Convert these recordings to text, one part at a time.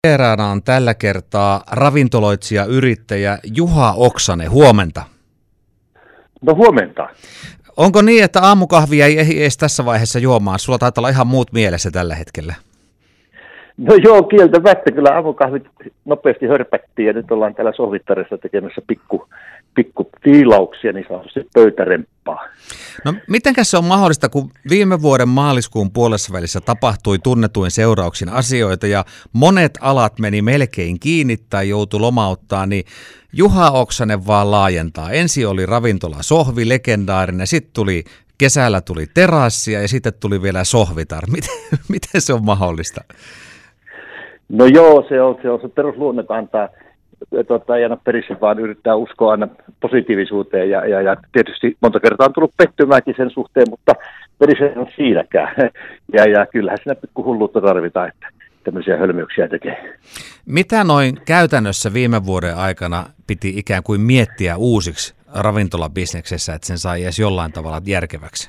Vieraana on tällä kertaa ravintoloitsija-yrittäjä Juha Oksanen. Huomenta. No huomenta. Onko niin, että aamukahvia ei ehdi edes tässä vaiheessa juomaan? Sulla taitaa olla ihan muut mielessä tällä hetkellä. No joo, kieltämättä kyllä aamukahvit nopeasti hörpättiin ja nyt ollaan täällä sohvittarissa tekemässä pikku tiilauksia, niin sanotusti pöytäremppaa. No mitenkäs se on mahdollista, kun viime vuoden maaliskuun puolessavälissä tapahtui tunnetuin seurauksin asioita ja monet alat meni melkein kiinni tai joutui lomauttaa, niin Juha Oksanen vaan laajentaa. Ensin oli ravintola Sohvi, legendaarinen, sitten kesällä tuli terassia ja sitten tuli vielä sohvitar. Miten se on mahdollista? No joo, se on se perusluonne kantaa. Ei aina perissä, vaan yrittää uskoa aina positiivisuuteen ja tietysti monta kertaa on tullut pettymäänkin sen suhteen, mutta perissä on siinäkään. Ja kyllähän siinä pikku hulluutta tarvitaan, että tämmöisiä hölmöyksiä tekee. Mitä noin käytännössä viime vuoden aikana piti ikään kuin miettiä uusiksi ravintolabisneksessä, että sen sai edes jollain tavalla järkeväksi?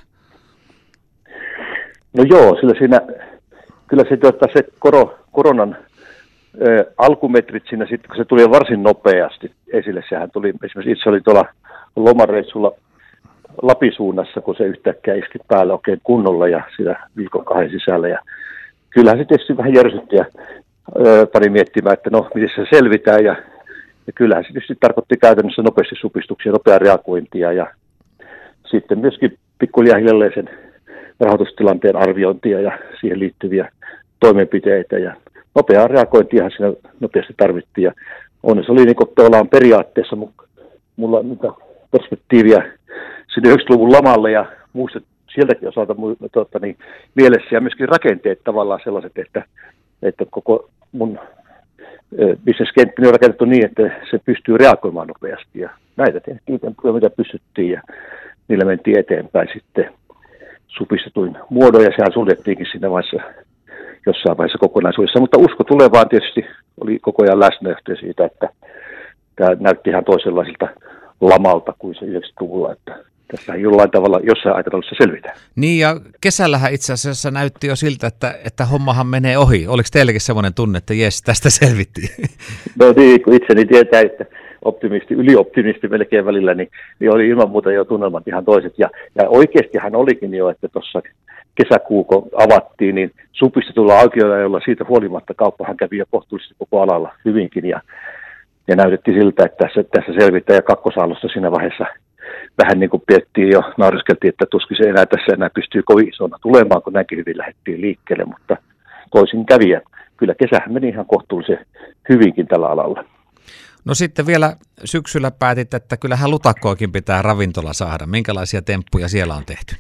No joo, kyllä se koronan alkumetrit siinä sitten, kun se tuli varsin nopeasti esille, sehän tuli, esimerkiksi itse oli tuolla lomareissulla Lapisuunnassa, kun se yhtäkkiä iski päälle oikein kunnolla ja siinä viikon kahden sisällä. Ja kyllähän se tietysti vähän järsytti ja pani miettimään, että no, miten se selvitään. Ja kyllähän se tietysti tarkoitti käytännössä nopeasti supistuksia, nopeaa reagointia ja sitten myöskin pikkuhiljaa hiljalleen sen rahoitustilanteen arviointia ja siihen liittyviä toimenpiteitä. Ja nopeaa reagointia siinä nopeasti tarvittiin. Ja onneksi oli niin kuin tavallaan periaatteessa mulla on perspektiiviä sinne 90-luvun lamalle ja muistat sieltäkin osalta mielessä ja myöskin rakenteet tavallaan sellaiset, että koko mun bisneskenttä on rakennettu niin, että se pystyy reagoimaan nopeasti ja näitä tehtiin mitä pystyttiin ja niillä mentiin eteenpäin sitten supistetuin muodoin ja sehän suljettiinkin siinä jossain vaiheessa kokonaisuudessa, mutta usko tulevaan tietysti oli koko ajan läsnä siitä, että tämä näytti ihan toisenlaisilta lamalta kuin se 90-luvulla, että tässä jollain tavalla jossain aikataulussa selvitään. Niin ja kesällähän itse asiassa näytti jo siltä, että hommahan menee ohi. Oliko teilläkin semmoinen tunne, että jes, tästä selvittiin? No niin, kun itseni tietää, että ylioptimisti melkein välillä, niin oli ilman muuta jo tunnelmat ihan toiset. Ja oikeastihan olikin jo, että tuossa kesäkuun, kun avattiin, niin supistetulla aukioloajolla siitä huolimatta kauppahan kävi jo kohtuullisesti koko alalla hyvinkin. Ja näytettiin siltä, että tässä selvitään ja kakkosaallosta siinä vaiheessa vähän niin kuin piettiin jo, nauriskeltiin, että tuskin se tässä enää pystyy kovin isona tulemaan, kun näinkin hyvin lähdettiin liikkeelle, mutta toisin kävi. Ja kyllä kesähän meni ihan kohtuullisen hyvinkin tällä alalla. No sitten vielä syksyllä päätit, että kyllähän lutakkoakin pitää ravintola saada. Minkälaisia temppuja siellä on tehty?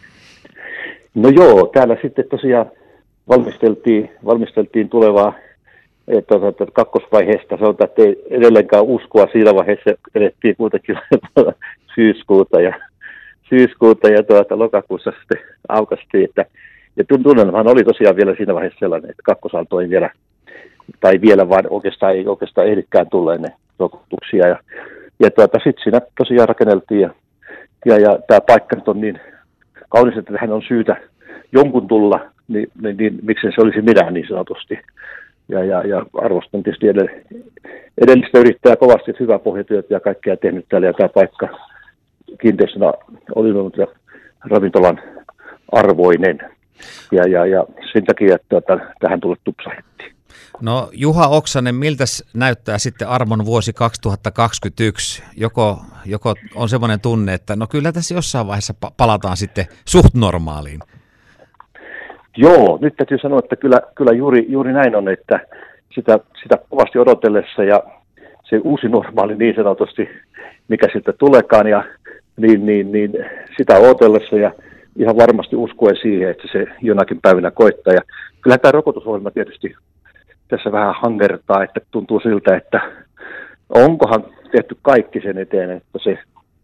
No joo, täällä sitten tosiaan valmisteltiin tulevaa kakkosvaiheesta. Sanotaan, että ei edelleenkään uskoa siinä vaiheessa, edettiin kuitenkin syyskuuta ja lokakuussa sitten aukaistiin. Ja tunnelmahan oli tosiaan vielä siinä vaiheessa sellainen, että kakkosaalto ei vielä, vaan ei oikeastaan ehdikään tulla ennen rokotuksia. Ja sitten siinä tosiaan rakenneltiin ja tämä paikka nyt on niin kaunis, että tähän on syytä jonkun tulla, niin miksei se olisi minä niin sanotusti. Ja arvostan tietysti edellistä yrittäjää kovasti, että hyvää pohjatyötä ja kaikkea tehnyt täällä. Ja tämä paikka kiinteistönä oli ravintolan arvoinen. Ja sen takia, että tähän tulee tupsahettiin. No Juha Oksanen, miltäs näyttää sitten armon vuosi 2021? Joko on semmoinen tunne, että no kyllä tässä jossain vaiheessa palataan sitten suht normaaliin? Joo, nyt täytyy sanoa, että kyllä juuri näin on, että sitä kovasti odotellessa ja se uusi normaali niin sanotusti, mikä sitten tuleekaan, ja niin sitä odotellessa ja ihan varmasti uskoen siihen, että se jonakin päivinä koittaa. Ja kyllä tämä rokotusohjelma tietysti tässä vähän hangertaa, että tuntuu siltä, että onkohan tehty kaikki sen eteen, että se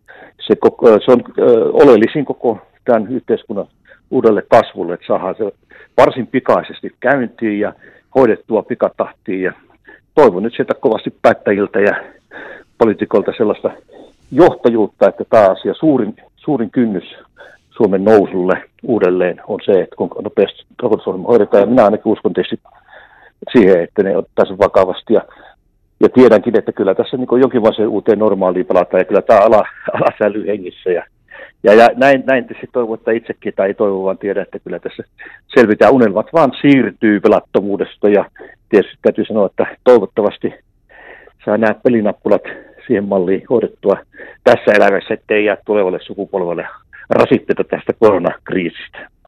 on oleellisin koko tämän yhteiskunnan uudelle kasvulle, että saadaan se varsin pikaisesti käyntiin ja hoidettua pikatahtiin. Ja toivon nyt sieltä kovasti päättäjiltä ja poliitikolta sellaista johtajuutta, että tämä asia suurin kynnys Suomen nousulle uudelleen on se, että kuinka nopeasti rokotusohjelma hoidetaan. Ja minä ainakin uskon tietysti siihen, että ne ottaisiin vakavasti. Ja tiedänkin, että kyllä tässä niin jonkinlaiseen uuteen normaaliin palataan, ja kyllä tämä ala säilyy hengissä. Ja näin tietysti toivon, että itsekin, tai ei toivo, vaan tiedä, että kyllä tässä selvitään. Unelmat vaan siirtyy pelattomuudesta, ja tietysti täytyy sanoa, että toivottavasti saa nämä pelinappulat siihen malliin hoidettua tässä elämässä, ettei jää tulevalle sukupolvelle rasitteita tästä koronakriisistä.